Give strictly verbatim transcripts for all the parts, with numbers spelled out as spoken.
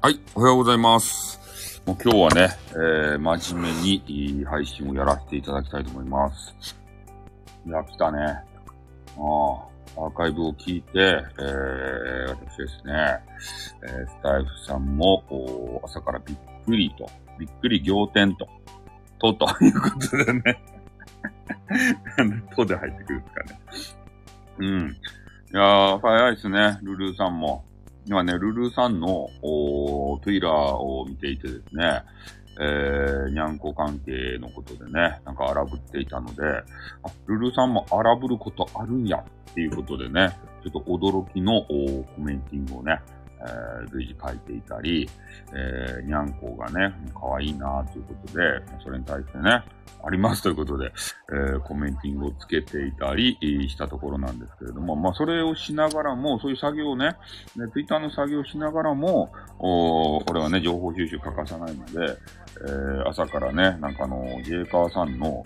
はい、おはようございます。もう今日はね、えー、真面目に配信をやらせていただきたいと思います。いや、来たね。ああ、アーカイブを聞いて、えー、私ですね、えー、スタイフさんも朝からびっくりと、びっくり仰天と、と、ということでね。とで入ってくるんですかね。うん。いやー、早いですね、ルルーさんも。今ね、ルルーさんの、おー、トゥイラーを見ていてですね、えー、にゃんこ関係のことでね、なんか荒ぶっていたので、あ、ルルーさんも荒ぶることあるんや、っていうことでね、ちょっと驚きのコメンティングをね、えー、随時書いていたり、えー、にゃんこがね、可愛いなということで、それに対してね、ありますということで、えー、コメンティングをつけていたりしたところなんですけれども、まあ、それをしながらも、そういう作業をね、ね、ツイッターの作業をしながらも、おこれはね、情報収集欠かさないので、えー、朝からね、なんかあの、ジェイカーさんの、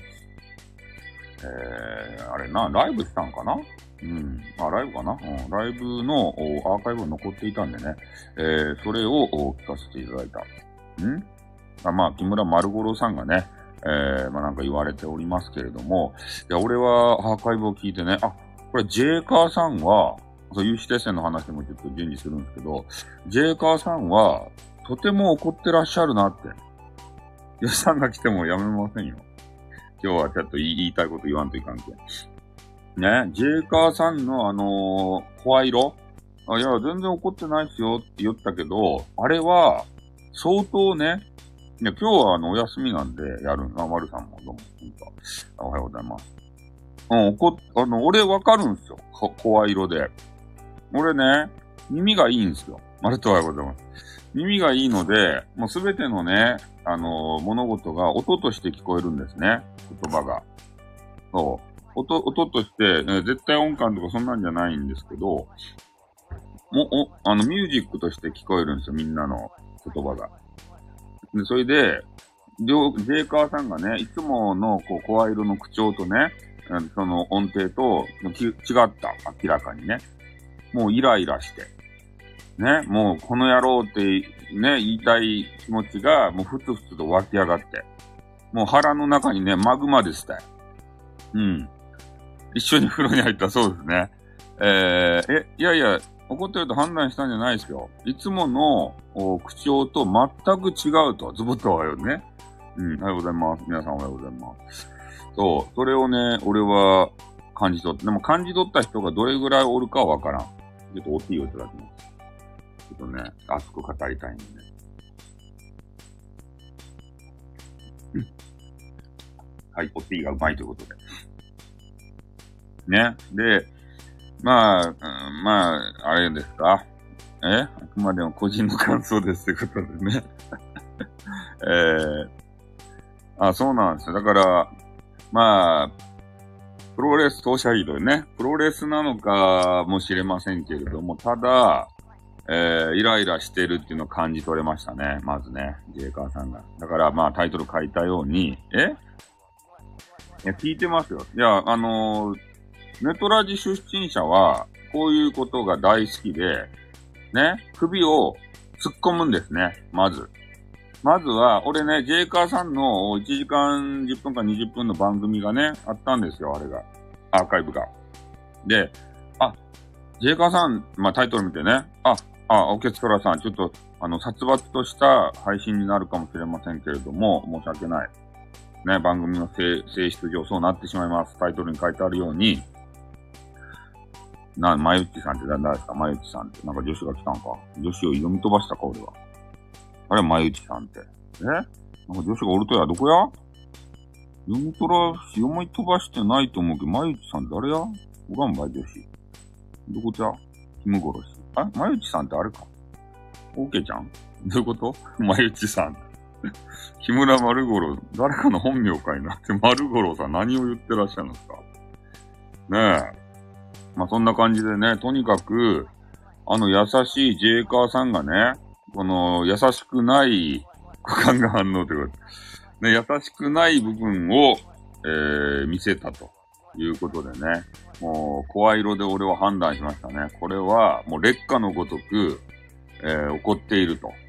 えー、あれな、ライブしたんかなうん。あ、ライブかな、うん、ライブのアーカイブが残っていたんでね、えー、それを聞かせていただいた。んあまあ、木村丸五郎さんがね、えー、まあなんか言われておりますけれども、いや、俺はアーカイブを聞いてね、あ、これジェイカーさんは、そう、有刺鉄線の話もちょっと準備するんですけど、ジェイカーさんは、とても怒ってらっしゃるなって。吉さんが来てもやめませんよ。今日はちょっと言いたいこと言わんといかんけ。ね、ジェイカーさんのあのー、声色あ、いや、全然怒ってないっすよって言ったけど、あれは、相当ね、いや、今日はあの、お休みなんでやるん。あ、丸さんもどうも。おはようございます。うん、怒っ、あの、俺わかるんすよ。こ、声色で。俺ね、耳がいいんですよ。丸とおはようございます。耳がいいので、もうすべてのね、あのー、物事が音として聞こえるんですね。言葉が。そう。音、音として、ね、絶対音感とかそんなんじゃないんですけど、も、お、あの、ミュージックとして聞こえるんですよ。みんなの言葉が。で、それで、ジェイカーさんがね、いつもの、こう、声色の口調とね、その音程とき違った。明らかにね。もうイライラして。ね、もうこの野郎ってね、言いたい気持ちが、もうふつふつと湧き上がって。もう腹の中にね、マグマでしたよ。うん。一緒に風呂に入ったそうですね。えー、え、いやいや、怒ってると判断したんじゃないですよ。いつもの口調と全く違うと。ズボッとはよね。うん、おはようございます。皆さんおはようございます。そう、それをね、俺は感じ取って、でも感じ取った人がどれぐらいおるかはわからん。ちょっとおティーをいただきます。ちょっとね、熱く語りたいんでね。うん、はい、おティーがうまいということで。ね。で、まあ、うん、まあ、あれですか。えあくまでも個人の感想ですってことでね。えー、あ、そうなんですよ。だから、まあ、プロレス当社移動ね。プロレスなのかもしれませんけれども、ただ、えー、イライラしてるっていうのを感じ取れましたね。まずね、ジェイカーさんが。だからまあタイトル書いたように、えいや、聞いてますよ。いや、あのー、ネトラジ出身者は、こういうことが大好きで、ね、首を突っ込むんですね、まず。まずは、俺ね、ジェイカーさんのいちじかんじゅっぷんかにじゅっぷんの番組がね、あったんですよ、あれが。アーカイブが。で、あ、ジェイカーさん、まあ、タイトル見てね、あ、あ、オーケストラさん、ちょっと、あの、殺伐とした配信になるかもしれませんけれども、申し訳ない。ね、番組の性質上そうなってしまいます。タイトルに書いてあるように、な、まゆっちさんって誰ですか？まゆっちさんって。なんか女子が来たんか？女子を読み飛ばしたか、俺は。あれ、まゆっちさんって。えなんか女子がおるとや、どこや読み飛ば、読み飛ばしてないと思うけど、まゆっちさん誰や？おらんばい、女子。どこちゃキムゴロシ。あ、まゆっちさんってあれか？オーケーちゃん？どういうこと？まゆっちさん。木村丸五郎、誰かの本名かいなって、丸五郎さん何を言ってらっしゃるんですか？ねえ。まあ、そんな感じでね、とにかく、あの優しいジェイカーさんがね、この優しくない股間が反応ということ。ね、優しくない部分を、えー、見せたということでね、もう、声色で俺は判断しましたね。これは、もう劣化のごとく、えー、怒っていると。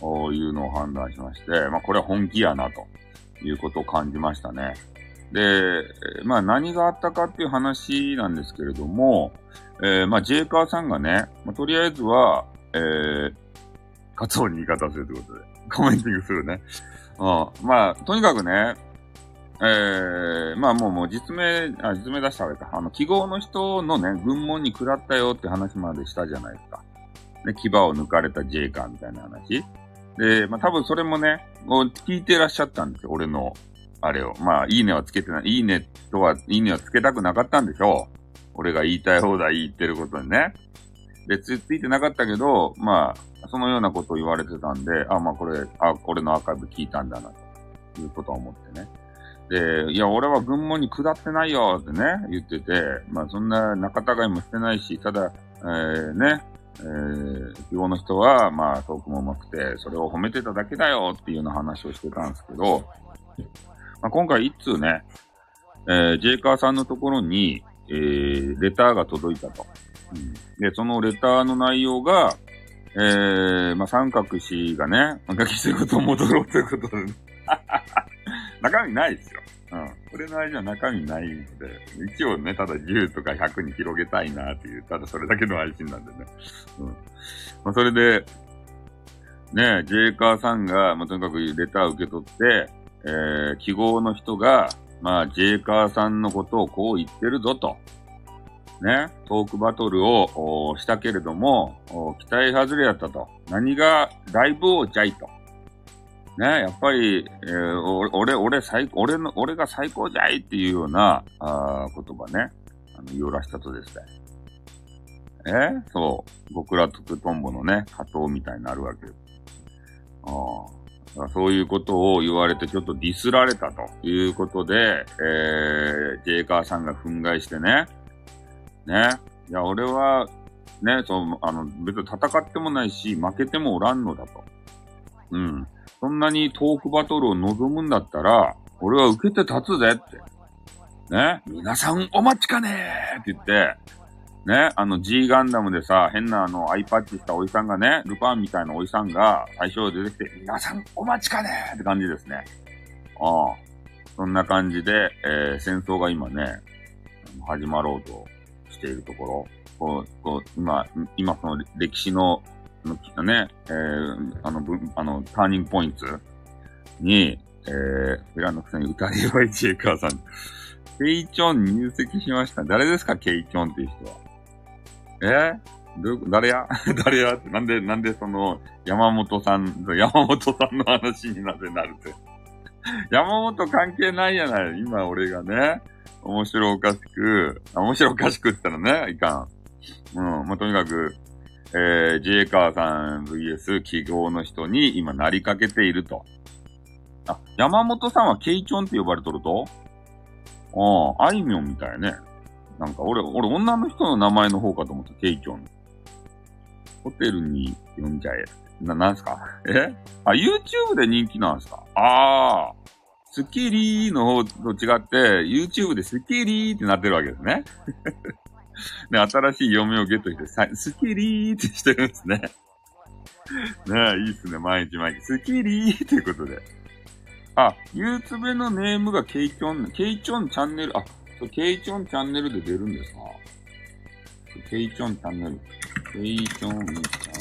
いうのを判断しまして、まあこれは本気やなということを感じましたね。で、まあ何があったかっていう話なんですけれども、えー、まあジェイカーさんがね、まあ、とりあえずは、えー、カツオに言い方するということで、コメンティングするね。うん。まあ、とにかくね、えー、まあもうもう実名、あ、実名出したわけか。あの、記号の人のね、軍門に食らったよって話までしたじゃないですか。ね、牙を抜かれたジェイカーみたいな話。で、まあ多分それもね、もう聞いてらっしゃったんですよ、俺の、あれを。まあ、いいねはつけてない。いいねとは、いいねはつけたくなかったんでしょう。俺が言いたい放題言ってることにね。で、つ、ついてなかったけど、まあ、そのようなことを言われてたんで、あ、まあこれ、あ、俺のアーカイブ聞いたんだな、ということを思ってね。で、いや、俺は軍門に下ってないよってね、言ってて、まあそんな仲違いもしてないし、ただ、えー、ね、えー、記号の人は、まあトークも上手くて、それを褒めてただけだよっていうような話をしてたんですけど、まあ、今回一通ね、えー、ジェイカーさんのところに、えー、レターが届いたと。うん、で、そのレターの内容が、えー、まあ、三角氏がね、書きしてることを戻ろうということで、中身ないですよ。うん。これの愛情は中身ないので、一応ね、ただじゅうとかひゃくに広げたいなっていう、ただそれだけの愛心なんでね。うん。まあ、それで、ね、ジェイカーさんが、まあ、とにかくレターを受け取って、えー、記号の人が、まあ、ジェイカーさんのことをこう言ってるぞと。ね、トークバトルをしたけれども、期待外れやったと。何がライブ王じゃいと。ね、やっぱり、えー、俺、俺、最、俺の、俺が最高じゃいっていうような、あ言葉ね、あの、言おらしたとですね。えー、そう、極楽とんぼのね、加藤みたいになるわけです。あそういうことを言われてちょっとディスられたということで、えー、ジェイカーさんが憤慨してね、ね、いや、俺は、ね、そう、あの、別に戦ってもないし、負けてもおらんのだと。うん。そんなにトークバトルを望むんだったら、俺は受けて立つぜって。ね、皆さんお待ちかねーって言って、ね、あの G ガンダムでさ、変なあのアイパッチしたおじさんがね、ルパンみたいなおじさんが最初出てきて、皆さんお待ちかねーって感じですね。ああ。そんな感じで、えー、戦争が今ね、始まろうとしているところ。こう、こう、今、今その歴史の、ね、えー、あの、あの、ターニングポイントに、えー、フランのくせに歌いわいジェイカーさん。ケイチョン入籍しました。誰ですかケイチョンっていう人は。えどういうこと誰や誰やってなんで、なんでその、山本さん、山本さんの話になぜなるって。山本関係ないやない。今俺がね、面白おかしく、面白おかしくって言ったらね、いかん。うん、まあ、とにかく、えー、ジェイカーさん ブイエス 記号の人に今なりかけていると。あ、山本さんはケイチョンって呼ばれとるとああ、あいみょんみたいね。なんか俺、俺女の人の名前の方かと思った、ケイチョン。ホテルに呼んじゃえ。な、なんすかえあ、YouTube で人気なんすかああ。スッキリーの方と違って、YouTube でスッキリーってなってるわけですね。で、新しい嫁をゲットして、スッキリーってしてるんですね。ねえ、いいっすね、毎日毎日。スッキリーっていうことで。あ、YouTube のネームがケイチョン、ケイチョンチャンネル、あ、ケイチョンチャンネルで出るんですかケイチョンチャンネル。ケイチョンチャンネル。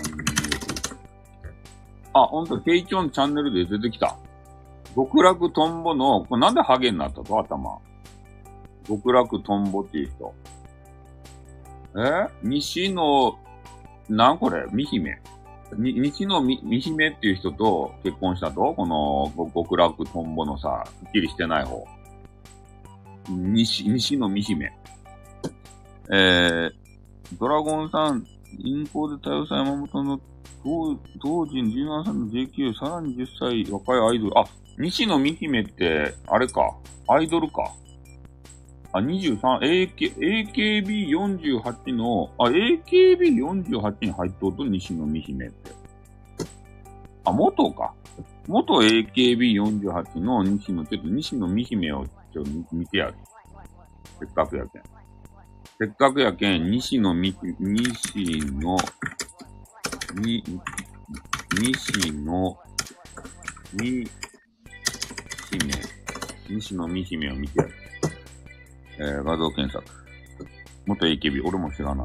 あ、ほんと、ケイチョンチャンネルで出てきた。極楽トンボの、これなんでハゲになったと頭。極楽トンボっていう人。え西野、なんこれみ姫。に、西野み、み姫っていう人と結婚したとこの、極楽トンボのさ、すっきりしてない方。西、西野み姫。えー、ドラゴンさん、銀行で対応した山本の当、当時じゅうななさいの ジェイキュー、さらにじゅっさい若いアイドル。あ、西野み姫って、あれか。アイドルか。あ、にじゅうさん、エーケー、エーケービーよんじゅうはち の、あ、エーケービーよんじゅうはち に入っとると、西野み姫って。あ、元か。元 エーケービーよんじゅうはち の西野、ちょっと西野み姫をちょっと見てやる。せっかくやけん。せっかくやけん、西野み、西野、み、 西野、み、姫。西野み姫を見てやる。えー、画像検索。元 エーケービー、俺も知らない。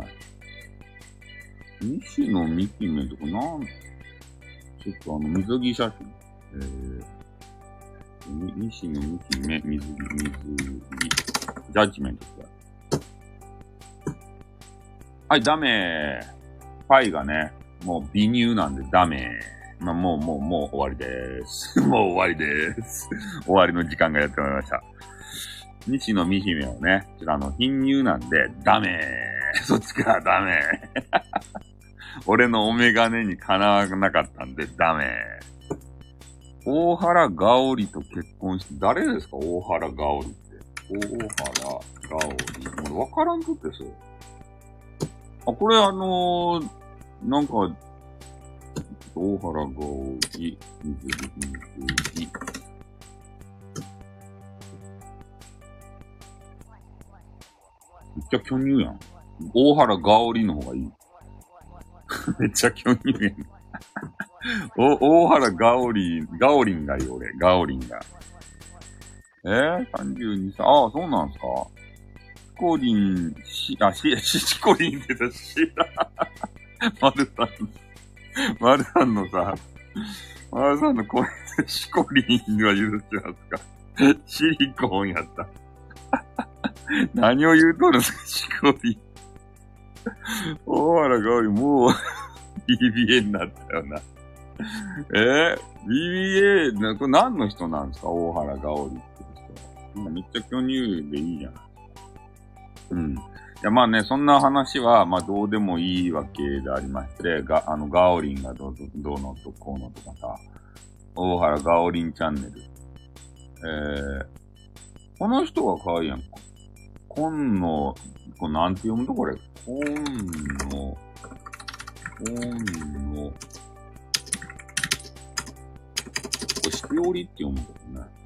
西野み姫とかなん、ちょっとあの、水着写真。えー、西野み姫、水着、水着、ジャッジメントってやる。はい、ダメー。パイがね、もう微乳なんでダメー。まあ、もう、もう、もう終わりでーす。もう終わりでーす。終わりの時間がやってまいりました。西野美姫をね、こちらあの、貧乳なんでダメー。そっちか、ダメー。俺のお眼鏡にかなわなかったんでダメー。大原がおりと結婚して、誰ですか大原がおりって。大原がおり。もうわからんとってそう。あ、これあのー、なんか、大原がおり、水着、水着。めっちゃ巨乳やん。大原がおりの方がいい。めっちゃ巨乳やん。お、大原がおり、がおりんがいい俺、がおりんが。えー、さんじゅうにさい。ああ、そうなんすか。シコリン、し、あ、し、し、シコリンって言ったしら。マルさん、マルさんのさ、マルさんの声でシコリンは許してますか。シリコンやった。何を言うとるんですか、シコリン。大原がおり、もう、ビービーエー になったよな。えー、ビービーエー、な、これ何の人なんですか大原がおりって人。めっちゃ巨乳でいいじゃん。うん。いや、まあね、そんな話は、まあどうでもいいわけでありまして、が、あの、ガオリンがどう、どうのとこうのとかさ、大原ガオリンチャンネル。えー、この人が可愛いやんか。今の、これなんて読むとこれ。今の、今の、これ、しおりって読むんだよね。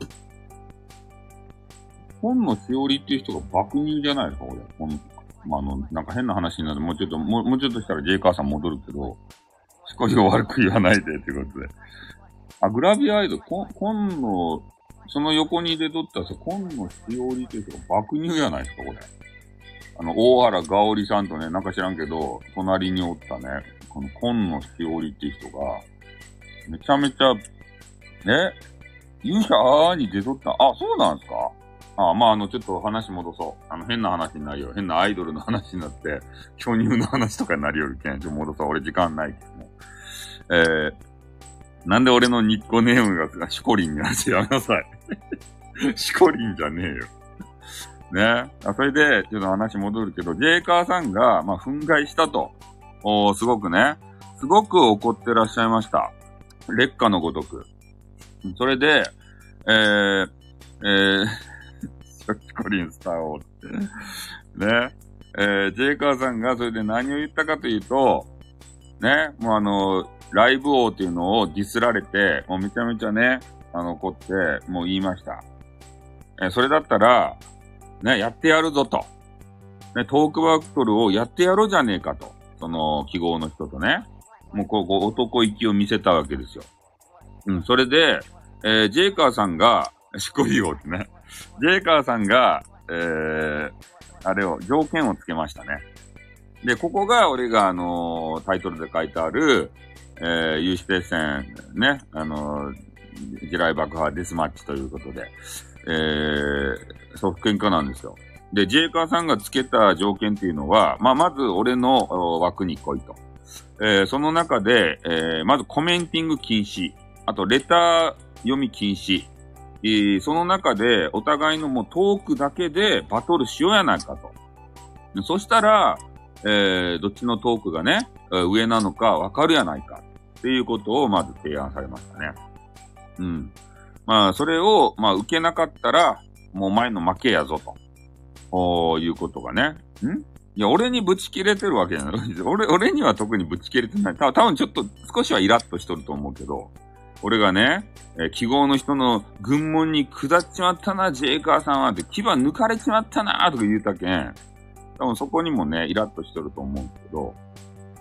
今野しおりっていう人が爆乳じゃないですか、これ。このまあ、あの、なんか変な話になると、もうちょっと、もう、もうちょっとしたら J 母さん戻るけど、少し悪く言わないで、っていうことで。あ、グラビアアイドル、こ、今野、その横に出とったさ、今野しおりっていう人が爆乳じゃないですか、これ。あの、大原がおりさんとね、なんか知らんけど、隣におったね、この今野しおりっていう人が、めちゃめちゃ、ね、勇者あーに出とった。あ、そうなんですかあ、まあ、あの、ちょっと話戻そう。あの、変な話になるよ。変なアイドルの話になって、巨乳の話とかになりよるけん。ちょっと戻そう。俺時間ないけども。えー、なんで俺のニッコネームがシコリンになってやめなさい。シコリンじゃねえよ。ね。あ、それで、ちょっと話戻るけど、ジェイカーさんが、まあ、憤慨したと。おー、すごくね。すごく怒ってらっしゃいました。劣化のごとく。それで、えー、えー、シコリンスターをって。ね。えー、ジェイカーさんがそれで何を言ったかというと、ね、もうあの、ライブ王っていうのをディスられて、もうめちゃめちゃね、あの、怒って、もう言いました。えー、それだったら、ね、やってやるぞと。ね、トークバトルをやってやろうじゃねえかと。その、記号の人とね。もうこう、こう男気を見せたわけですよ。うん、それで、えー、ジェイカーさんが、シコリ王ってね。ジェイカーさんが、えー、あれを、条件をつけましたね。で、ここが俺があのー、タイトルで書いてある、えー、有刺鉄線、ね、あのー、地雷爆破デスマッチということで、えー、即喧嘩なんですよ。で、ジェイカーさんがつけた条件っていうのは、まあ、まず俺の枠に来いと。えー、その中で、えー、まずコメンティング禁止。あと、レター読み禁止。えー、その中で、お互いのもうトークだけでバトルしようやないかと。そしたら、えー、どっちのトークがね、上なのかわかるやないか。っていうことをまず提案されましたね。うん。まあ、それを、まあ、受けなかったら、もうお前の負けやぞと。こういうことがね。んいや、俺にぶち切れてるわけじゃない。俺、俺には特にぶち切れてない。た多分ちょっと少しはイラッとしとると思うけど、俺がね、えー、記号の人の軍門に下っちまったな、ジェイカーさんはって、牙抜かれちまったな、とか言うたけん、多分そこにもね、イラッとしとると思うんですけど、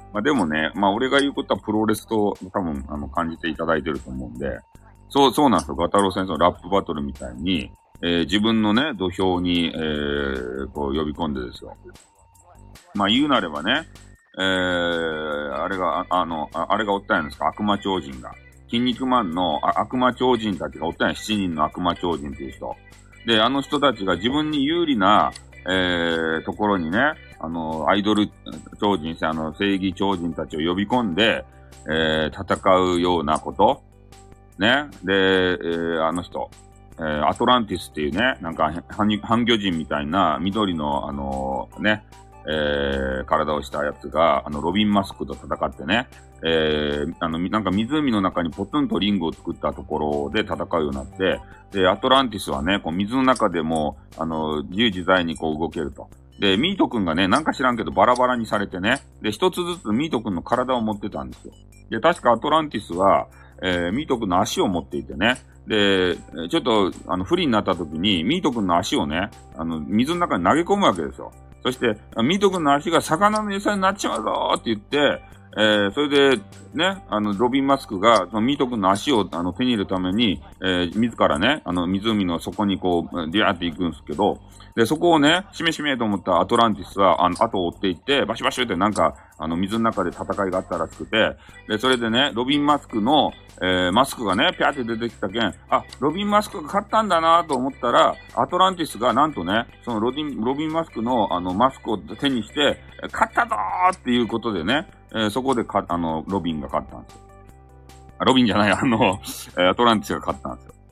まあでもね、まあ俺が言うことはプロレスと多分あの感じていただいてると思うんで、そう、そうなんですよ。ガタロウ先生のラップバトルみたいに、えー、自分のね、土俵に、えー、こう呼び込んでですよ。まあ言うなればね、えー、あれが、ああの、ああれがおったんですか、悪魔超人が。筋肉マンのあ悪魔超人たちがおったんや、しちにんの悪魔超人っていう人。で、あの人たちが自分に有利な、えー、ところにね、あの、アイドル超人、あの、正義超人たちを呼び込んで、えー、戦うようなこと。ね。で、えー、あの人、えー、アトランティスっていうね、なんか、半魚人みたいな緑の、あのー、ね、えー、体をしたやつが、あの、ロビンマスクと戦ってね、えー、あの、なんか湖の中にポツンとリングを作ったところで戦うようになって、で、アトランティスはね、こう水の中でも、あの、自由自在にこう動けると。で、ミート君がね、なんか知らんけどバラバラにされてね、で、一つずつミート君の体を持ってたんですよ。で、確かアトランティスは、えー、ミート君の足を持っていてね、で、ちょっと、あの、不利になった時に、ミート君の足をね、あの、水の中に投げ込むわけですよ。そして、ミート君の足が魚の餌になっちまうぞーって言って、えー、それで、ね、あの、ロビンマスクが、そのミート君の足を、あの、手に入れるために、えー、自らね、あの、湖の底にこう、ディアーって行くんですけど、で、そこをね、しめしめと思ったアトランティスは、あの、後を追っていって、バシバシってなんか、あの、水の中で戦いがあったらしくて、で、それでね、ロビンマスクの、えー、マスクがね、ピャーって出てきたけん、あ、ロビンマスクが勝ったんだなと思ったら、アトランティスがなんとね、そのロビン、ロビンマスクの、あの、マスクを手にして、勝ったぞーっていうことでね、えー、そこでか、あの、ロビンが勝ったんですよ。あ、ロビンじゃない、あの、えー、アトランティスが勝ったんですよ。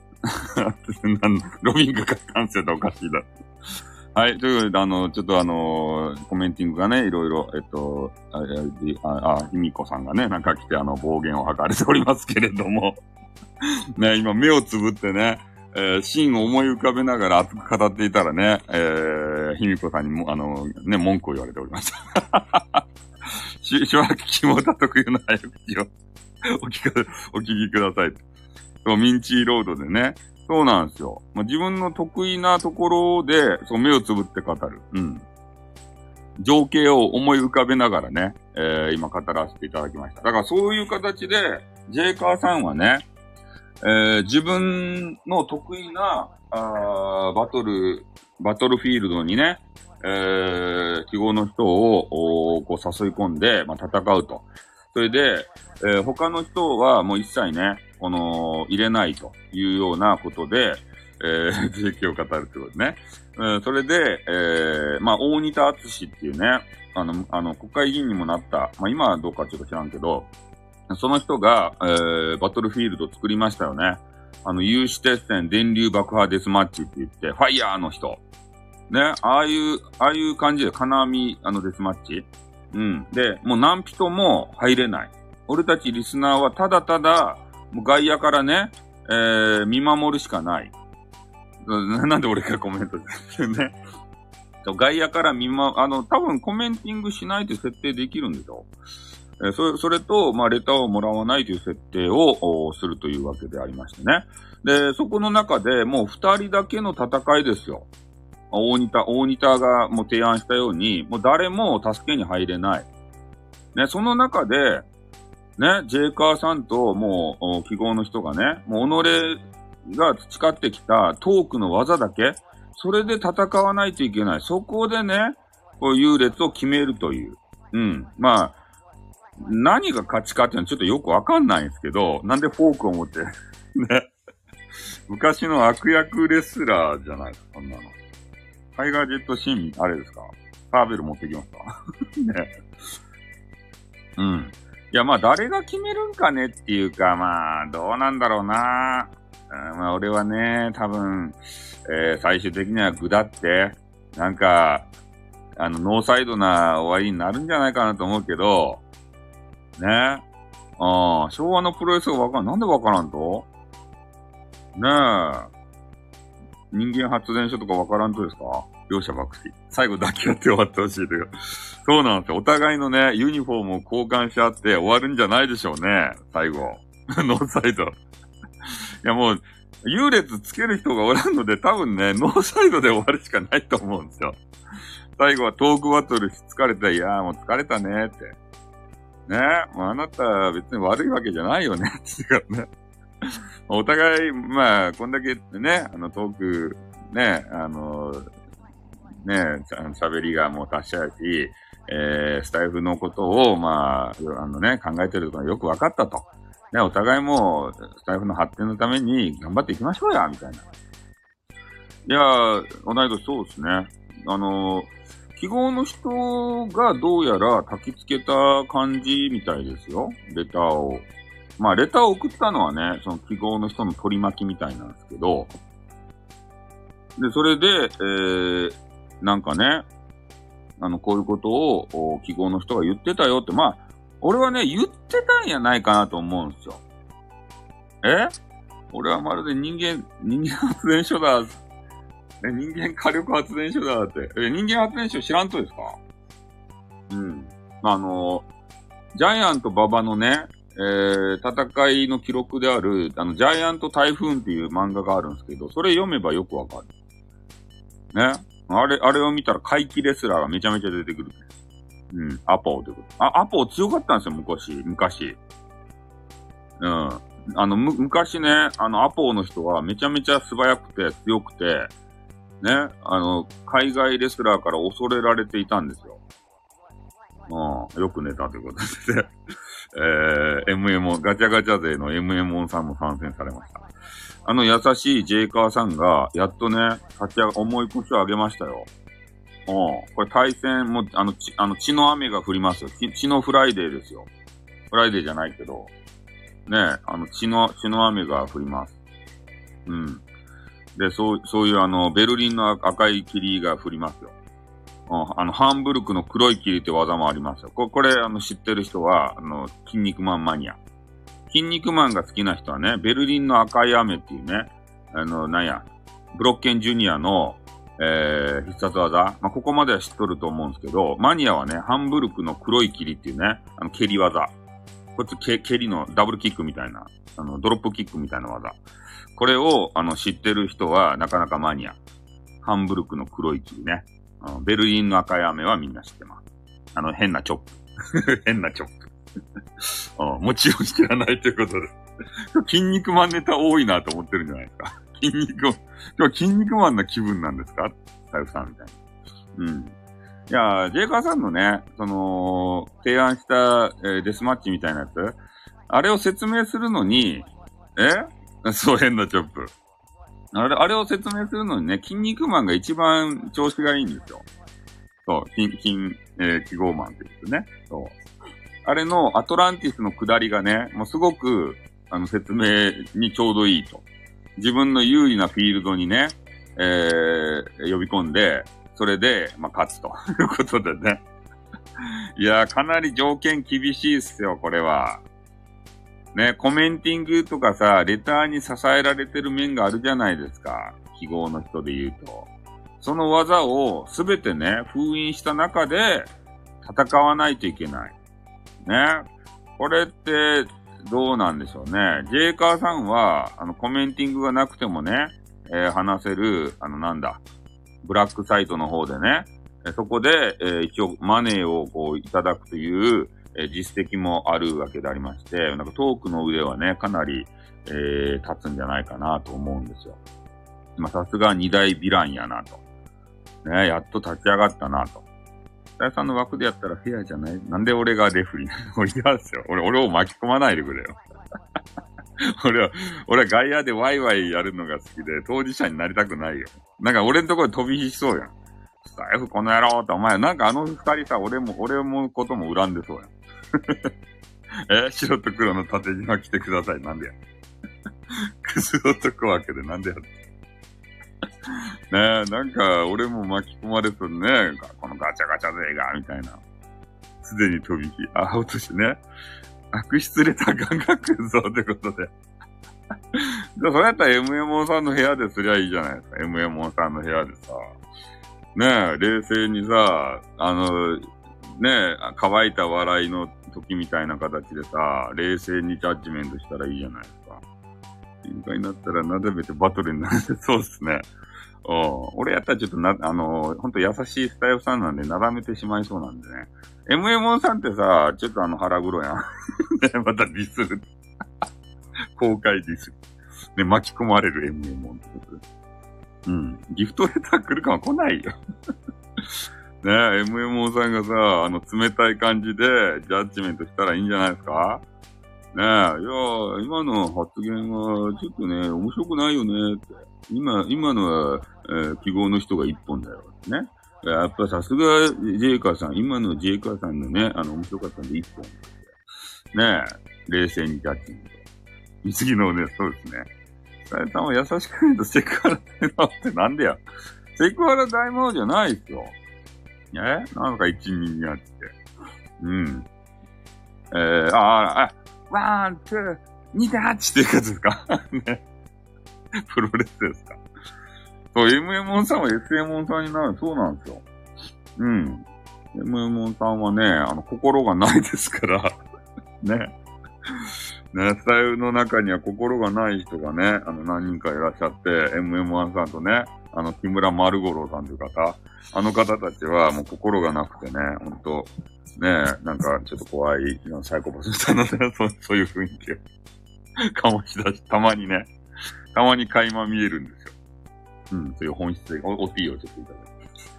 ロビンが勝ったんですよっておかしいだ。はい。ということで、あの、ちょっとあのー、コメンティングがね、いろいろ、えっと、あ、あ、あひみこさんがね、なんか来て、あの、暴言を吐かれておりますけれども、ね、今目をつぶってね、えー、シーンを思い浮かべながら熱く語っていたらね、えー、ひみこさんにも、あの、ね、文句を言われておりました。し、しばらく肝田特有の早口をお聞か、お聞きください。そう、ミンチーロードでね、そうなんですよ。まあ、自分の得意なところで、そう、目をつぶって語る。うん。情景を思い浮かべながらね、えー、今語らせていただきました。だからそういう形で、ジェイカーさんはね、えー、自分の得意な、あバトル、バトルフィールドにね、えー、記号の人を、こう誘い込んで、まあ、戦うと。それで、えー、他の人はもう一切ね、この、入れないというようなことで、えー、実績を語るってことね。えー、それで、えー、まあ、大仁田敦っていうね、あの、あの、国会議員にもなった、まあ、今はどうかちょっと知らんけど、その人が、えー、バトルフィールドを作りましたよね。あの、有刺鉄線電流爆破デスマッチって言って、ファイヤーの人。ね、ああいう、ああいう感じで金網、あのデスマッチ。うん。で、もう何人も入れない。俺たちリスナーはただただ、もう外野からね、えー、見守るしかない。なんで俺がコメントしてるね。外野から見ま、あの、多分コメンティングしないという設定できるんでしょ。えー、それ、それと、まあ、レターをもらわないという設定をするというわけでありましてね。で、そこの中でもう二人だけの戦いですよ。大仁田、大仁田がもう提案したように、もう誰も助けに入れない。ね、その中で、ね、ジェイカーさんともう、記号の人がね、もう己が培ってきたトークの技だけ、それで戦わないといけない。そこでね、こう優劣を決めるという。うん。まあ、何が勝ちかっていうのはちょっとよくわかんないんですけど、なんでフォークを持って、ね。昔の悪役レスラーじゃないですか、そんなの。タイガージェットシーン、あれですか？サーベル持ってきましたね。うん。いや、まあ、誰が決めるんかねっていうか、まあ、どうなんだろうな。うん、まあ、俺はね、多分、えー、最終的には下って、なんか、あの、ノーサイドな終わりになるんじゃないかなと思うけど、ね。ああ、昭和のプロレスがわからん。なんでわからんと？ねえ。人間発電所とかわからんとですか？両者爆死。最後抱き合って終わってほしいという。そうなんですよ。お互いのね、ユニフォームを交換し合って終わるんじゃないでしょうね。最後。ノーサイド。いやもう、優劣つける人がおらんので多分ね、ノーサイドで終わるしかないと思うんですよ。最後はトークバトルし疲れて、いやーもう疲れたねって。 ね。まあ、あなたは別に悪いわけじゃないよね。って言うからね。お互い、まあ、こんだけね、あの、トーク、ね、あの、ね、喋りがもう達者やし、えー、スタイフのことを、まあ、あのね、考えてることがよく分かったと。ね、お互いもう、スタイフの発展のために頑張っていきましょうや、みたいな。いやー、同い年そうですね。あの、記号の人がどうやら焚き付けた感じみたいですよ。レターを。まあ、レターを送ったのはね、その記号の人の取り巻きみたいなんですけど、で、それで、えー、なんかね、あの、こういうことを、記号の人が言ってたよって、まあ、俺はね、言ってたんやないかなと思うんですよ。え俺はまるで人間、人間発電所だ。え、人間火力発電所だって。え、人間発電所知らんとですか？うん。あの、ジャイアント馬場のね、えー、戦いの記録である、あの、ジャイアント台風っていう漫画があるんですけど、それ読めばよくわかる。ね。あれ、あれを見たら怪奇レスラーがめちゃめちゃ出てくる。うん。アポー出てくる。あ、アポー強かったんですよ、昔。昔。うん。あの、む、昔ね、あの、アポーの人はめちゃめちゃ素早くて強くて、ね、あの、海外レスラーから恐れられていたんですよ。うん。よく寝たということで、えー、エムエムオン、ガチャガチャ勢の エムエムオン さんも参戦されました。あの優しいジェイカーさんが、やっとね、立ち上が、重い腰を上げましたよ。うん。これ対戦も、あの、ち、あの、血の雨が降りますよ。血、血のフライデーですよ。フライデーじゃないけど、ね、あの、血の、血の雨が降ります。うん。で、そう、そういうあの、ベルリンの赤い霧が降りますよ。うん。あの、ハンブルクの黒い霧って技もありますよ。これ、これ、あの、知ってる人は、あの、筋肉マンマニア。筋肉マンが好きな人はね、ベルリンの赤い雨っていうね、あの、なんや、ブロッケンジュニアの、えー、必殺技。まあ、ここまでは知っとると思うんですけど、マニアはね、ハンブルクの黒い霧っていうね、あの、蹴り技。こいつ、け、蹴りのダブルキックみたいな、あの、ドロップキックみたいな技。これを、あの、知ってる人は、なかなかマニア。ハンブルクの黒い霧ね。あのベルリンの赤い雨はみんな知ってます。あの、変なチョップ。変なチョップ。あもちろん知らないということです。筋肉マンネタ多いなと思ってるんじゃないですか。筋肉、今日は筋肉マンな気分なんですかサイフさんみたいな。うん。いや、ジェイカーさんのね、その、提案した、えー、デスマッチみたいなやつ、あれを説明するのに、えそう変なチョップ。あれ、あれを説明するのにね、筋肉マンが一番調子がいいんですよ。そう、筋、筋、えー、記号マンって言ってね。そう。あれのアトランティスの下りがね、もうすごく、あの、説明にちょうどいいと。自分の有利なフィールドにね、えー、呼び込んで、それで、まあ、勝つということでね。いやー、かなり条件厳しいっすよ、これは。ね、コメンティングとかさ、レターに支えられてる面があるじゃないですか。記号の人で言うと。その技をすべてね、封印した中で戦わないといけない。ね。これって、どうなんでしょうね。ジェイカーさんは、あの、コメンティングがなくてもね、えー、話せる、あの、なんだ、ブラックサイトの方でね、えそこで、えー、一応マネーをこういただくという、えー、実績もあるわけでありまして、なんかトークの腕はね、かなり、えー、立つんじゃないかなと思うんですよ。まあ、さすが二大ヴィランやなと。ね、やっと立ち上がったなと。大さんの枠でやったらフェアじゃない？なんで俺がレフリー俺嫌ですよ。俺、俺を巻き込まないでくれよ。俺は、俺は外野でワイワイやるのが好きで、当事者になりたくないよ。なんか俺のところで飛び火しそうやん。スタイフこの野郎って、お前、なんかあの二人さ、俺も、俺もことも恨んでそうやん。え白と黒の縦縞来てください。なんでや。クズ男わけでなんでや。ねえ、なんか、俺も巻き込まれそうね。このガチャガチャ勢が、みたいな。すでに飛び火。あ、落としね。悪質レターガンガン来るぞ、ってことで。じゃあ、それやったら エムエムオー さんの部屋ですりゃいいじゃないですか。エムエムオー さんの部屋でさ。ねえ、冷静にさ、あの、ねえ、乾いた笑いの時みたいな形でさ、冷静にジャッジメントしたらいいじゃないですか。喧嘩になったらなだめてバトルになる。そうっすね。 お俺やったらちょっとな、あのー、ほんと優しいスタイフさんなんで、なだめてしまいそうなんでね。エムエムオン さんってさ、ちょっとあの腹黒やん。ね、またディスる。公開ディスる。ね、巻き込まれる エムエムオン ってことで。うん。ギフトレター来るかは来ないよ。ねえ、エムエムオン さんがさ、あの、冷たい感じで、ジャッジメントしたらいいんじゃないですかねえ、いや今の発言は、ちょっとね、面白くないよね、って。今、今のは、えー、記号の人が一本だよ。ね。やっぱさすが、ジェイカーさん、今のジェイカーさんのね、あの、面白かったんで一本。ねえ、冷静にジャッジメント。次のね、そうですね。さやさんは優しくないとセクハラ大魔王ってなんでや。セクハラ大魔王じゃないっすよ。えなんか一人になって。うん。えー、ああ、ワン、ツー、にてはちっていうやつですかね。プロレスですか。そう、エムエムオン さんは エスエムオン さんになる。そうなんですよ。うん。エムエムオン さんはね、あの、心がないですから。ね。ね、スタイルの中には心がない人がね、あの、何人かいらっしゃって、エムエムワン さんとね、あの、木村丸五郎さんという方、あの方たちはもう心がなくてね、ほんと、ね、なんかちょっと怖い、サイコパスみたいなね、そう、そういう雰囲気を醸し出し、たまにね、たまに垣間見えるんですよ。うん、そういう本質で、お、おティーをちょっといただいて。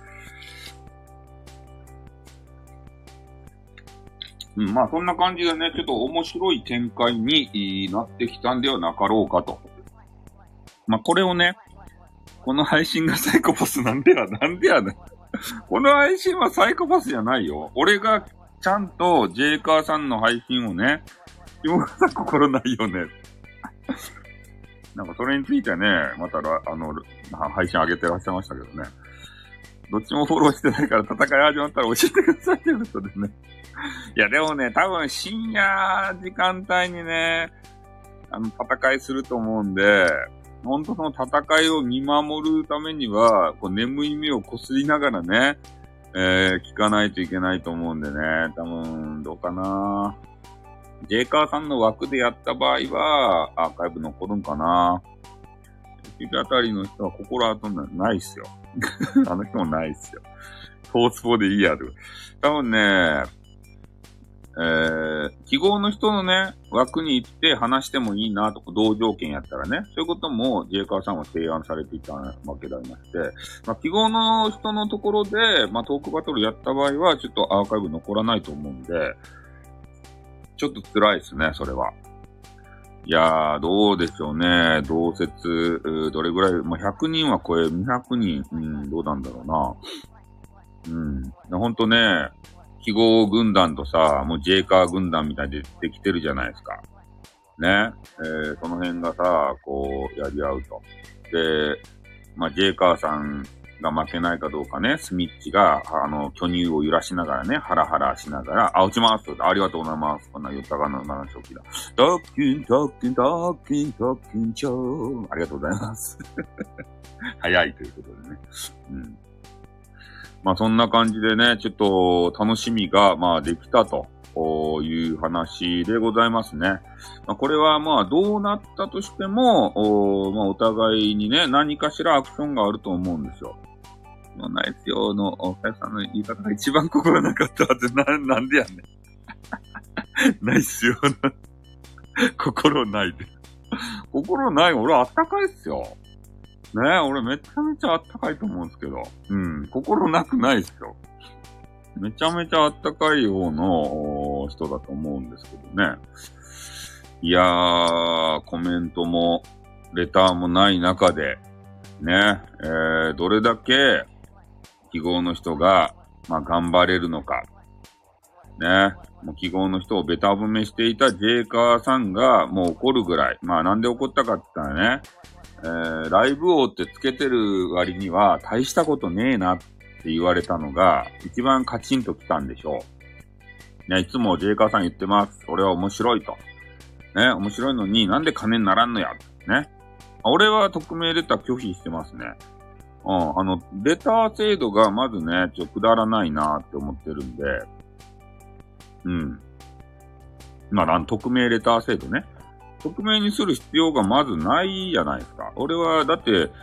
うん、まあそんな感じでね、ちょっと面白い展開になってきたんではなかろうかと。まあこれをね、この配信がサイコパスなんでや、なんでやねん。この配信はサイコパスじゃないよ。俺がちゃんとジェイカーさんの配信をね、下村さん心ないよね。なんかそれについてね、またあの、配信上げてらっしゃいましたけどね。どっちもフォローしてないから戦い始まったら教えてくださいということでね。いやでもね、多分深夜時間帯にね、あの、戦いすると思うんで、ほんとその戦いを見守るためには、こう眠い目をこすりながらね、えー、聞かないといけないと思うんでね、多分、どうかな。ジェイカーさんの枠でやった場合は、アーカイブ残るんかな。エピあたりの人は心当たんないっすよ。あの人もないっすよ。トースポでいいやる。多分ね、えー、記号の人のね、枠に行って話してもいいなとか、同条件やったらね、そういうこともジェイカーさんは提案されていたわけでありまして、まあ、記号の人のところで、まあ、トークバトルやった場合は、ちょっとアーカイブ残らないと思うんで、ちょっと辛いですね、それは。いやー、どうでしょうね。同説、どれぐらい、まあ、ひゃくにんは超え、にひゃくにん、うん、どうなんだろうな。うん。ほんとね、記号軍団とさ、もうジェイカー軍団みたいでできてるじゃないですか。ね。えー、その辺がさ、こう、やり合うと。で、まあ、ジェイカーさんが負けないかどうかね、スミッチが、あの、巨乳を揺らしながらね、ハラハラしながら、あ、落ちます。ありがとうございます。こんな言ったかな、な初期だ。特訓、特訓、特訓、特訓、超。ありがとうございます。早いということでね。うん。まあそんな感じでね、ちょっと楽しみが、まあできたという話でございますね。まあ、これはまあどうなったとしても、おまあお互いにね、何かしらアクションがあると思うんですよ。まあ、ナイスよの、お二人さんの言い方が一番心なかったってな、なんでやねん。ナイスよの、心ないで。心ない、俺あったかいっすよ。ねえ、俺めちゃめちゃあったかいと思うんですけど。うん、心なくないっすよ。めちゃめちゃあったかい方の人だと思うんですけどね。いやー、コメントも、レターもない中で、ね、えー、どれだけ、記号の人が、まあ、頑張れるのか。ね、もう記号の人をベタ褒めしていたジェイカーさんが、もう怒るぐらい。まあ、なんで怒ったかって言ったらね、えー、ライブ王ってつけてる割には大したことねえなって言われたのが一番カチンときたんでしょう。ね、いつもジェイカーさん言ってます。俺は面白いと。ね、面白いのになんで金にならんのや。ね。俺は匿名レター拒否してますね。うん、あの、レター制度がまずね、ちょっとくだらないなって思ってるんで、うん。まあ、匿名レター制度ね。匿名にする必要がまずないじゃないですか。俺は、だって、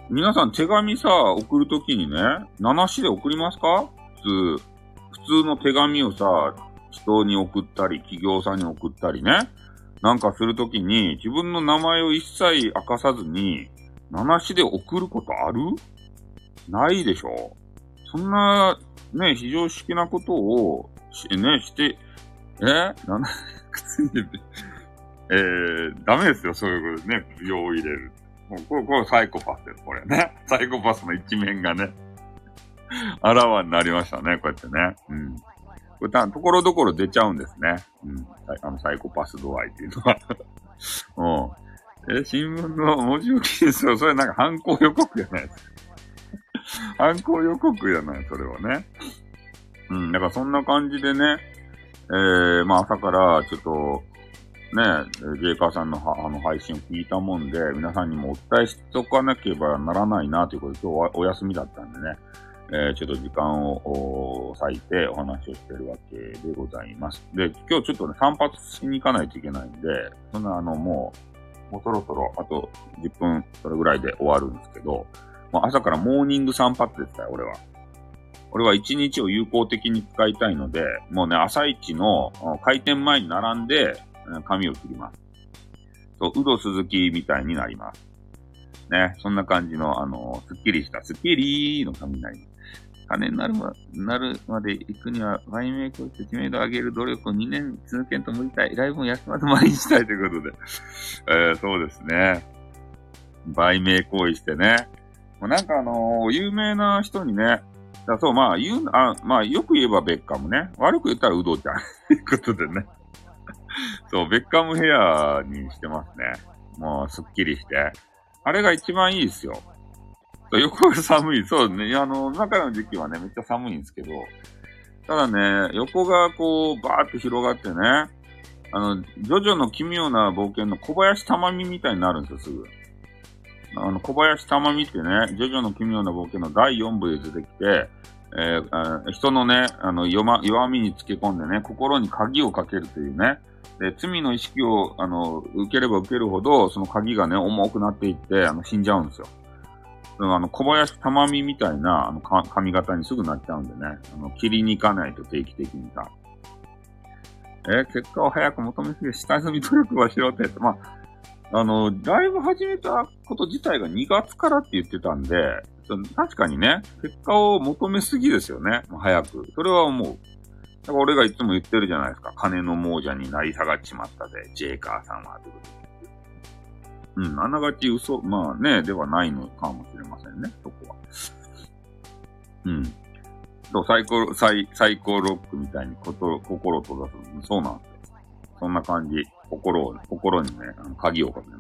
皆さん手紙さ、送るときにね、名なしで送りますか？普通。普通の手紙をさ、人に送ったり、企業さんに送ったりね。なんかするときに、自分の名前を一切明かさずに、名なしで送ることある？ないでしょ？そんな、ね、非常識なことを、し、ね、して、えなんだ、靴に、えー、ダメですよ、そういうことね、病を入れる。もう、これ、これサイコパスです、これね。サイコパスの一面がね、あらわになりましたね、こうやってね。うん。これたところどころ出ちゃうんですね。うん。あの、サイコパス度合いっていうのは。うん。え、新聞の文字置きですよ。それなんか犯行予告じゃないですか。犯行予告じゃない、それはね。うん。だからそんな感じでね、えー、まあ朝からちょっと、ね、ジェイカーさんのあの配信を聞いたもんで、皆さんにもお伝えしておかなければならないなということで、今日はお休みだったんでね、えー、ちょっと時間を割いてお話をしてるわけでございます。で、今日ちょっとね、散髪しに行かないといけないんで、そんなあの、もう、もうそろそろ、あとじゅっぷん、それぐらいで終わるんですけど、もう朝からモーニング散髪でしたよ、俺は。俺は一日を有効的に使いたいので、もうね、朝一の開店前に並んで、髪を切ります。そう、ウド鈴木みたいになります。ね、そんな感じの、あの、スッキリした、スッキリーの髪になります。金になるま、なるまで行くには、バイメイクをして知名度を上げる努力をにねん続けんと無理たい。ライブも休まず毎日したいということで。えー、そうですね。売名行為してね。もうなんかあのー、有名な人にね、だそう、まあ言う、あ、まあよく言えばベッカムね。悪く言ったらウドちゃん。ということでね。そう、ベッカムヘアにしてますね。もう、すっきりして。あれが一番いいですよ。横が寒い。そうね。あの、中の時期はね、めっちゃ寒いんですけど、ただね、横がこう、バーって広がってね、あの、ジョジョの奇妙な冒険の小林珠美みたいになるんですよ、すぐ。あの、小林珠美ってね、ジョジョの奇妙な冒険のだいよんぶで出てきて、えー、あ人のね、あの、弱、弱みにつけ込んでね、心に鍵をかけるというね、で、罪の意識を、あの、受ければ受けるほど、その鍵がね、重くなっていって、あの、死んじゃうんですよ。あの、小林珠美みたいな、あの、髪型にすぐなっちゃうんでね、あの、切りに行かないと定期的にさ。えー、結果を早く求めすぎ、下積み努力はしろって。まあ、あの、ライブ始めたこと自体がにがつからって言ってたんで、確かにね、結果を求めすぎですよね、早く。それは思う。だから俺がいつも言ってるじゃないですか。金の亡者になり下がっちまったぜ、ジェイカーさんは。ということで。うん、あながち嘘、まあね、ではないのかもしれませんね、そこは。うん。そう、サイコ、サイ、サイコロックみたいにこと、心を閉ざす。そうなんですよ。そんな感じ。心を、心にね、あの鍵をかけます。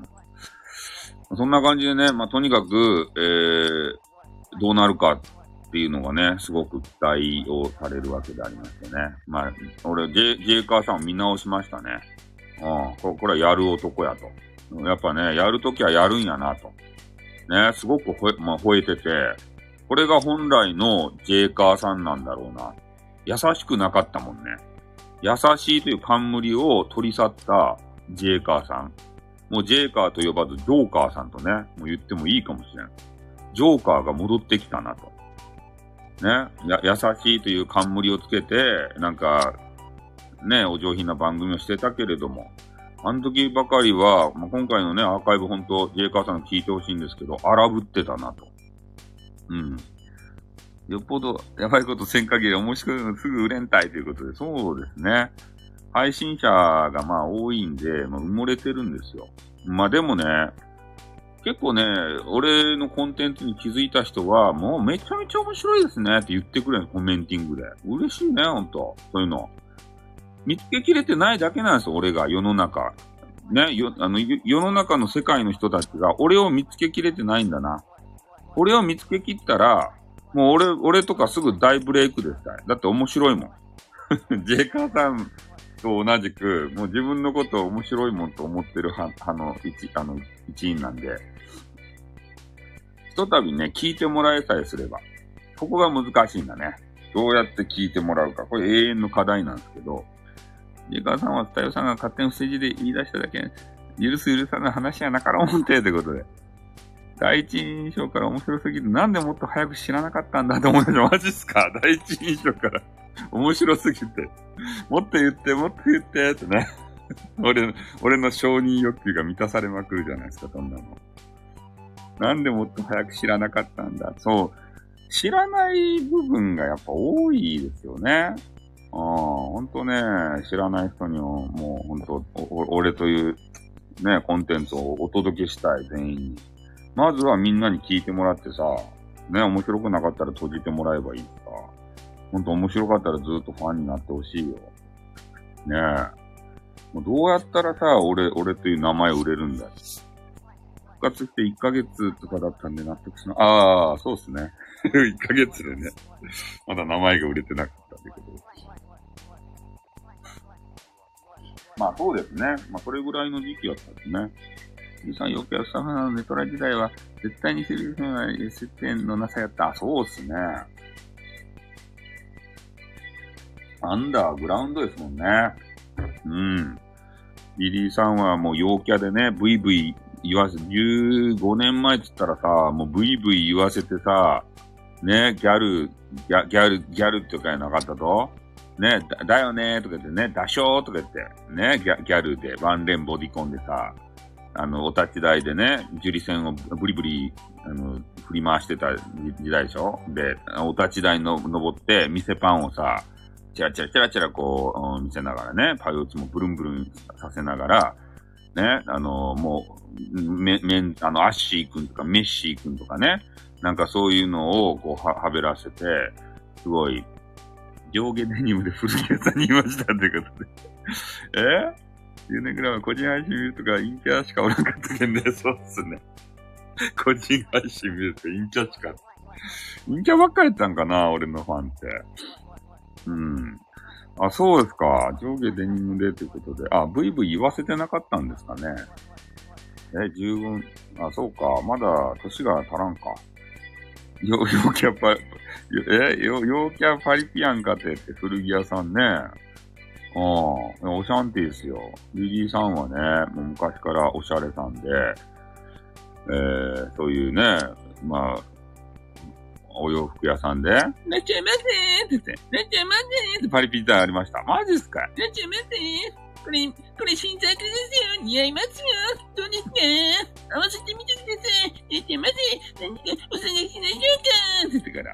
そんな感じでね、まあとにかく、えー、どうなるかっていうのがね、すごく期待をされるわけでありましてね。まあ、俺、ジェ、ジェイカーさんを見直しましたね。うん、これはやる男やと。やっぱね、やるときはやるんやなと。ね、すごくほえ、まあ、吠えてて、これが本来のジェイカーさんなんだろうな。優しくなかったもんね。優しいという冠を取り去ったジェイカーさん。もうジェイカーと呼ばずジョーカーさんとね、もう言ってもいいかもしれん。ジョーカーが戻ってきたなと。ね、や、優しいという冠をつけて、なんか、ね、お上品な番組をしてたけれども、あの時ばかりは、まあ、今回のね、アーカイブ本当、ジェイカーさん聞いてほしいんですけど、荒ぶってたなと。うん。よっぽど、やばいことせん限り面白いのすぐ売れんたいということで、そうですね。配信者がまあ多いんで、まあ、埋もれてるんですよ。まあでもね、結構ね、俺のコンテンツに気づいた人は、もうめちゃめちゃ面白いですねって言ってくれるコメンティングで。嬉しいね、ほんと。そういうの。見つけきれてないだけなんですよ、俺が、世の中。ね、よ、あの、世の中の世界の人たちが、俺を見つけきれてないんだな。俺を見つけきったら、もう俺、俺とかすぐ大ブレイクですから。だって面白いもん。ジェイカーさんと同じく、もう自分のことを面白いもんと思ってるは、あの、一、あの、一員なんで。ひとたびね、聞いてもらえさえすれば。ここが難しいんだね。どうやって聞いてもらうか。これ永遠の課題なんですけど。ジェイカーさんは、スタヨさんが勝手に不正字で言い出しただけ、許す許さない話はなかろうもんて、ということで。 第一印象から面白すぎる。なんでもっと早く知らなかったんだと思いました。マジっすか？第一印象から面白すぎて。もっと言って、もっと言って、ってね。俺、俺の承認欲求が満たされまくるじゃないですか、そんなの。なんでもっと早く知らなかったんだ。そう。知らない部分がやっぱ多いですよね。ああ、ほんとね、知らない人にも、もうほんと、俺というね、コンテンツをお届けしたい、全員に。まずはみんなに聞いてもらってさ、ね、面白くなかったら閉じてもらえばいいさ。ほんと面白かったらずっとファンになってほしいよ。ねえ。もうどうやったらさ、俺、俺という名前売れるんだよ。復活していっかげつとかだったんで納得しな、ああ、そうっすね。いっかげつでね。まだ名前が売れてなかったってことです。まあそうですね。まあそれぐらいの時期だったんですね。ゆうさん、よくやスタッフのネトラ時代は、絶対にセリフの接点のなさやった。あ、そうっすね。アンダーグラウンドですもんね。うん。リリーさんはもう陽キャでね、ブイブイ言わせ、じゅうごねんまえって言ったらさ、もうブイブイ言わせてさ、ね、ギャル、ギャギャル、ギャルってかなかったとね、だ、だよねとか言ってね、ダショーとか言って、ね、ギャギャルでワンレンボディコンでさ、あの、お立ち台でね、樹里線をブリブリ、あの、振り回してた時代でしょで、お立ち台の登って、店パンをさ、チラチラチラチラこう、見せながらね、パイオツもブルンブルンさせながら、ね、あの、もう、め、めん、あの、アッシーくんとかメッシーくんとかね、なんかそういうのをこうは、はべらせて、すごい、上下デニムで古着屋さんにいましたってことで。えじゅうねんぐらいは個人配信見るとか陰キャしかおらんかったけんね。そうっすね。個人配信見ると陰キャしか。陰キャばっかりやったんかな、俺のファンって。うん。あ、そうですか。上下デニムでということで。あ、ブイブイ言わせてなかったんですかね。え、十分。あ、そうか。まだ年が足らんか。よ、陽キャパ、え、よ、陽キャパリピアンかてって古着屋さんね。ああ、おシャンティーですよ。リリーさんはね、もう昔からおしゃれさんで、えー、そういうね、まあ、お洋服屋さんで、なっちゃいませーって言って、なっちゃいませーってパリピターありました。マジっすか？なっちゃいませー。これ、これ新作ですよ。似合いますよ。どうですか？合わせてみてください。なっちゃいませー。何かお探ししましょうかって言ってから。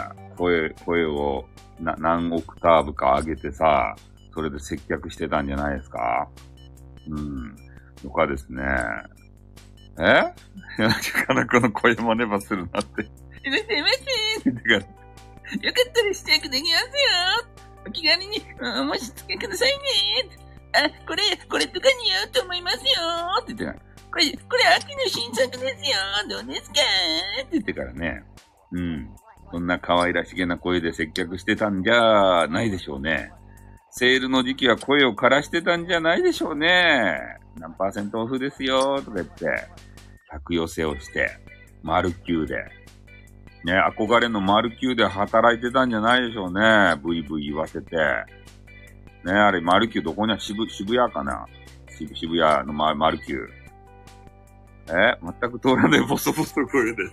ねえ、声、声を、な、何オクターブか上げてさ、それで接客してたんじゃないですか？うん。とかですね。えかなこの声真似ばするなって。いらっしゃいませー。よかったら試着できますよ。お気軽にお申し付けくださいねー。あ、これ、これとか似合うと思いますよー。って言ってこれ、これ秋の新作ですよ。どうですかーって言ってからね。うん。そんな可愛らしげな声で接客してたんじゃないでしょうね。セールの時期は声を枯らしてたんじゃないでしょうね。何パーセントオフですよとか言って、客寄せをして、マルキューで。ね、憧れのマルキューで働いてたんじゃないでしょうね。ブイブイ言わせて。ね、あれ、マルキューどこには渋、渋谷かな渋、渋谷のママルキュー。え全く通らないボソボソ声で。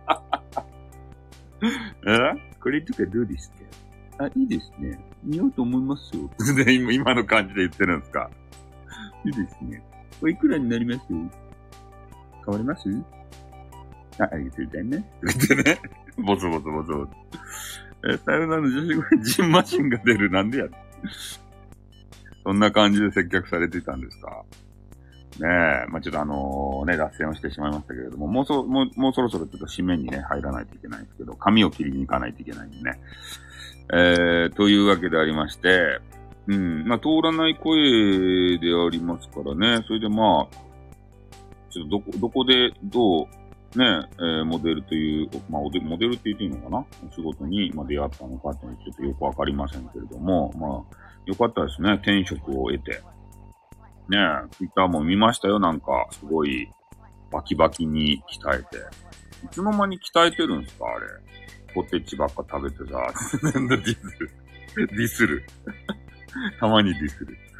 えこれとかどうですか？あ、いいですね。似合うと思いますよ。で、今、今の感じで言ってるんですか？いいですね。これいくらになります？変わります？あ、ありがとうございます。言ってね。ボソボソボソボソ。え、さよならの女子声、ジンマシンが出る。なんでやそんな感じで接客されていたんですか？ねえ、まあ、ちょっとあのね、脱線をしてしまいましたけれども、もうそ、もう、もうそろそろちょっと締めにね、入らないといけないんですけど、髪を切りに行かないといけないんでね。えー、というわけでありまして、うん、まあ、通らない声でありますからね、それでまあ、ちょっとどこ、どこでどう、ね、えー、モデルという、まあ、モデルって言っていいのかな？お仕事に、まあ、出会ったのかっていうのはちょっとよくわかりませんけれども、まあ、よかったですね、転職を得て。ねえ、ツイッターも見ましたよ、なんか、すごい、バキバキに鍛えて。いつの間に鍛えてるんですか、あれ。ポテチばっか食べてさ、ディスる。ディスる。たまにディスる。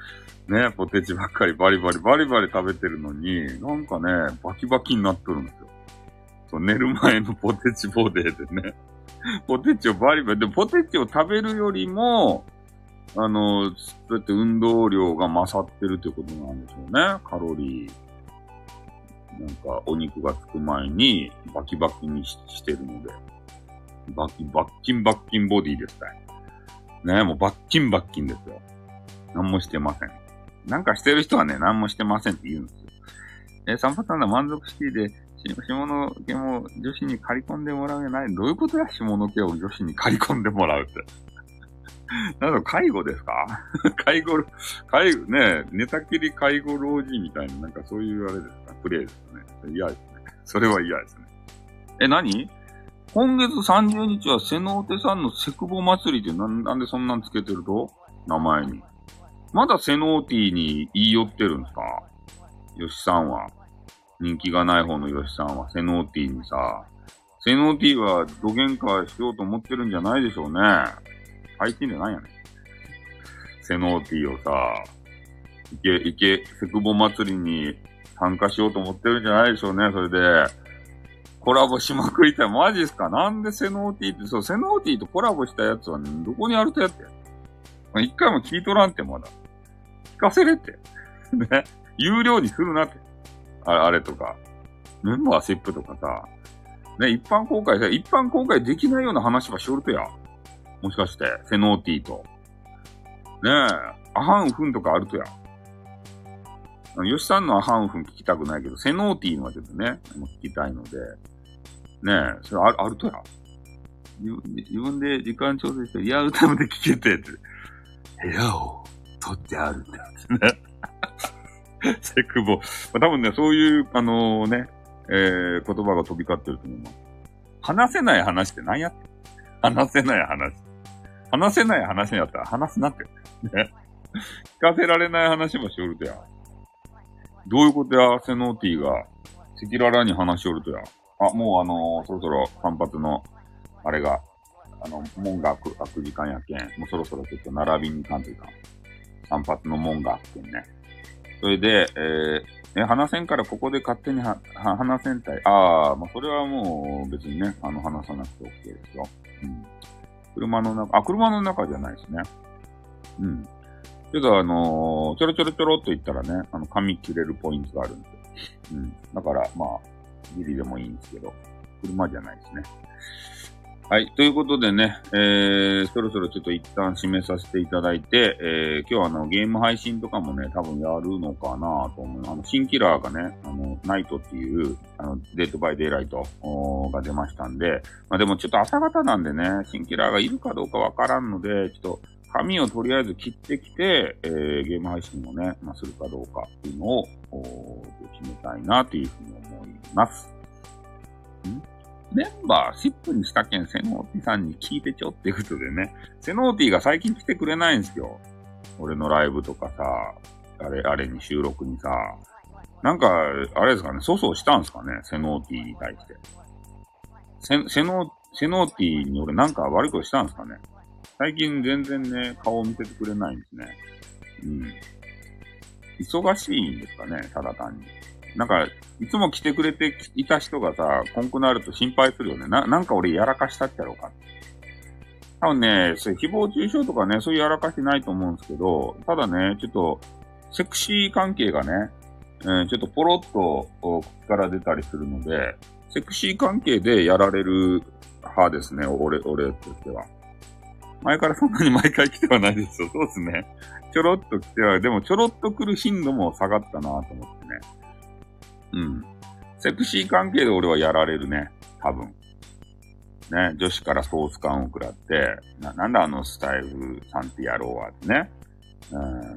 ね、ポテチばっかりバリバリバリバリ食べてるのに、なんかね、バキバキになっとるんですよ。そう、寝る前のポテチボデーでね。ポテチをバリバリ、で、ポテチを食べるよりも、あの、そうやって運動量が勝ってるということなんでしょうね。カロリー。なんか、お肉がつく前に、バキバキに し, してるので。バキ、バッキンバッキンボディですね。ね、もうバッキンバッキンですよ。何もしてません。なんかしてる人はね、何もしてませんって言うんですよ。えー、散髪さんは満足シティで、下の毛も女子に刈り込んでもらうじゃない？どういうことや、下の毛を女子に刈り込んでもらうって。なんだ、介護ですか？介護、介護、ね、寝たきり介護老人みたいな、なんかそういうあれですか？プレイですね。嫌ですね。それは嫌ですね。え、何？今月さんじゅうにちは瀬能手さんのセクボ祭りってな、なんでそんなんつけてると？名前に。まだセノーティーに言い寄ってるんですか？ヨシさんは。人気がない方のヨシさんはセノーティーにさ、セノーティーは土幻化しようと思ってるんじゃないでしょうね。配信じゃないやねん。セノーティーをさ、いけ、いけ、セクボ祭りに参加しようと思ってるんじゃないでしょうね。それで、コラボしまくりたい。マジっすか？なんでセノーティーって、そう、セノーティーとコラボしたやつは、ね、どこにあるとやって。一回も聞いとらんってまだ。聞かせれって。ね。有料にするなって。あ, あれとか。メンバーシップとかさ。ね、一般公開さ、一般公開できないような話はしおるとや。もしかして、セノーティーと。ねえ、アハンフンとかあるとや。ヨシさんのアハンフン聞きたくないけど、セノーティーのはちょっとね、聞きたいので。ねえ、それある、あるとや。自分で時間調整して、リアルタイムで聞けてって。部屋を取ってあるんだってね。セクボ。まあ、多分ね、そういう、あのー、ね、えー、言葉が飛び交ってると思います。話せない話って何やって話せない話。話せない話やったら話すなって。ね。聞かせられない話もしおるとや。どういうことや、セノーティーが、赤裸々に話しおるとや。あ、もうあのー、そろそろ散髪の、あれが、あの、門が開く、開く時間やけん、もうそろそろちょっと並びに行かんといかん。散髪の門が開くけんね。それで、えー、え、話せんからここで勝手には、は、話せんたい。ああ、まあ、それはもう別にね、あの、話さなくて OK ですよ。うん。車の中、あ、車の中じゃないですね。うん。ちょっとあのー、ちょろちょろちょろっと言ったらね、あの、髪切れるポイントがあるんですよ。うん。だから、まあ、ギリでもいいんですけど、車じゃないですね。はい。ということでね、えー、そろそろちょっと一旦締めさせていただいて、えー、今日はあの、ゲーム配信とかもね、多分やるのかなと思う。あの、新キラーがね、あの、ナイトっていう、あの、デッドバイデイライトが出ましたんで、まあでもちょっと朝方なんでね、新キラーがいるかどうかわからんので、ちょっと、髪をとりあえず切ってきて、えー、ゲーム配信をね、まあ、するかどうかっていうのを、決めたいなというふうに思います。んメンバーシップにしたけん、セノーティさんに聞いてちょっていうことでね。セノーティが最近来てくれないんですよ。俺のライブとかさ、あれ、あれに収録にさ。なんか、あれですかね、粗相したんですかね、セノーティに対して。セ、セノ、セノーティに俺なんか悪いことしたんですかね。最近全然ね、顔を見せてくれないんですね。うん。忙しいんですかね、ただ単に。なんか、いつも来てくれていた人がさ、こんくなると心配するよね。な、なんか俺やらかしたっちゃろうか。多分ね、そういう誹謗中傷とかね、そういうやらかしないと思うんですけど、ただね、ちょっと、セクシー関係がね、えー、ちょっとポロッと口から出たりするので、セクシー関係でやられる派ですね、俺、俺としては。前からそんなに毎回来てはないですよ。そうですね。ちょろっと来ては、でもちょろっと来る頻度も下がったなと思ってね。うん。セクシー関係で俺はやられるね。多分。ね。女子からソース感を食らって、な、なんだあのスタイルさんってやろうわってね。うん。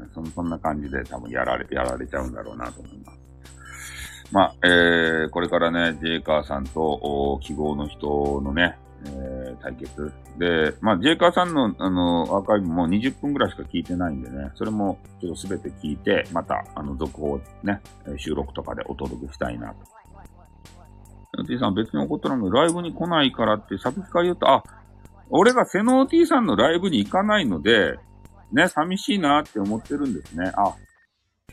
そ、そんな感じで多分やられ、やられちゃうんだろうなと思います。まあ、えー、これからね、ジェイカーさんと、記号の人のね、えー、対決。で、まあ、ジェイカーさんの、あの、アーカイブもにじゅっぷんぐらいしか聞いてないんでね、それもちょっとすべて聞いて、また、あの、続報ね、収録とかでお届けしたいなと。T さん別に怒ったのにライブに来ないからって、サブスカ言うと、あ、俺がセノー T さんのライブに行かないので、ね、寂しいなって思ってるんですね。あ、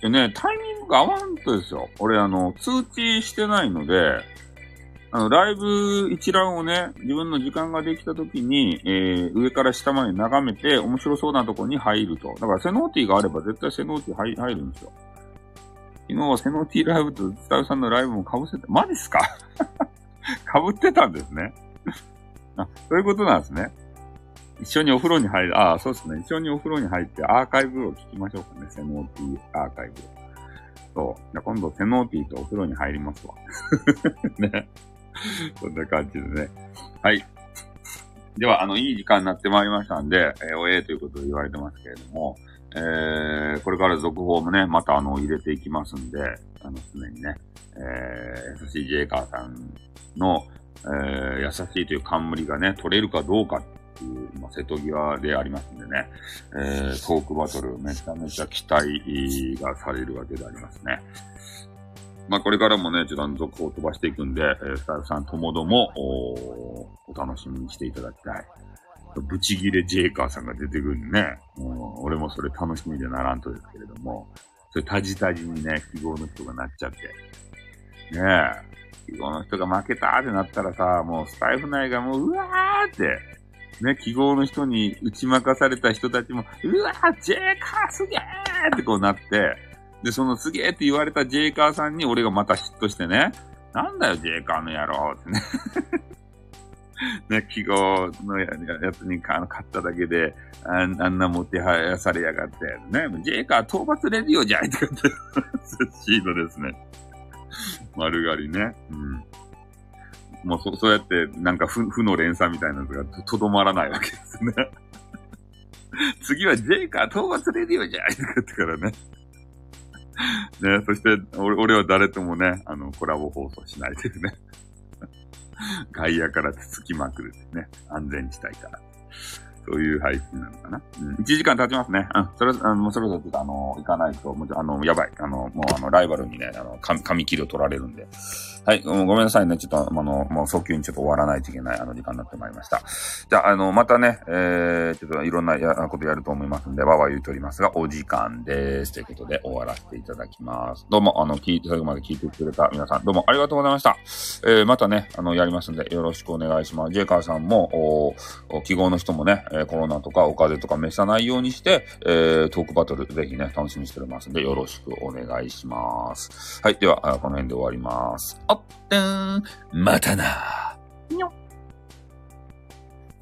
でね、タイミングが合わんとですよ。俺、あの、通知してないので、あの、ライブ一覧をね、自分の時間ができた時に、えー、上から下まで眺めて、面白そうなとこに入ると。だから、セノーティーがあれば絶対セノーティー入入るんですよ。昨日はセノーティーライブとスタイフさんのライブも被せて、マジっすか被ってたんですね。あ、そういうことなんですね。一緒にお風呂に入る。ああ、そうですね。一緒にお風呂に入ってアーカイブを聞きましょうかね。セノーティーアーカイブ。そう。じゃ今度セノーティーとお風呂に入りますわ。ね。そんな感じでね。はい。では、あの、いい時間になってまいりましたんで、えー、おえーということを言われてますけれども、えー、これから続報もね、またあの、入れていきますんで、あの、常にね、えー、優しいジェイカーさんの、えー、優しいという冠がね、取れるかどうかっていう、まあ、瀬戸際でありますんでね、えー、トークバトルめちゃめちゃ期待がされるわけでありますね。まあ、これからもね、ちょっとあの、続報を飛ばしていくんで、えー、スタイフさんともどもお、お楽しみにしていただきたい。ブチギレジェイカーさんが出てくるね。もう俺もそれ楽しみでならんとですけれども、それタジタジにね、記号の人がなっちゃって。ねえ、記号の人が負けたってなったらさ、もうスタイフ内がもう、うわーって、ね、記号の人に打ち負かされた人たちも、うわー、ジェイカーすげーってこうなって、で、そのすげーって言われたジェイカーさんに俺がまた嫉妬してね、なんだよジェイカーの野郎ってね。ね、記号の や, やつに勝っただけで、あ, あんなもてはやされやがって、ね、ジェイカー討伐レディオじゃいとかって、シードですね。丸刈りね。うん。もうそ、そうやって、なんか負、負の連鎖みたいなのがとどまらないわけですね。次はジェイカー討伐レディオじゃいとかってからね。ね、そして、俺、俺は誰ともね、あの、コラボ放送しないですね。外野からつつきまくるね。安全地帯から。そういう配信なのかな。うん。いちじかん経ちますね。うん。それ、あの、もうそろそろちょっとあの、行かないと、もうあの、やばい。あの、もうあの、ライバルにね、あの、紙、紙切りを取られるんで。はい。もうごめんなさいね。ちょっと、あの、もう早急にちょっと終わらないといけない、あの、時間になってまいりました。じゃあ、あの、またね、えー、ちょっといろんなやことやると思いますんで、わわ言うておりますが、お時間です。ということで、終わらせていただきます。どうも、あの、聞いて、最後まで聞いてくれた皆さん、どうもありがとうございました。えー、またね、あの、やりますんで、よろしくお願いします。ジェイカーさんも、お、記号の人もね、コロナとかお風邪とか召さないようにして、えー、トークバトルぜひね、楽しみにしておりますんで、よろしくお願いします。はい。では、この辺で終わります。あってーん、またなー。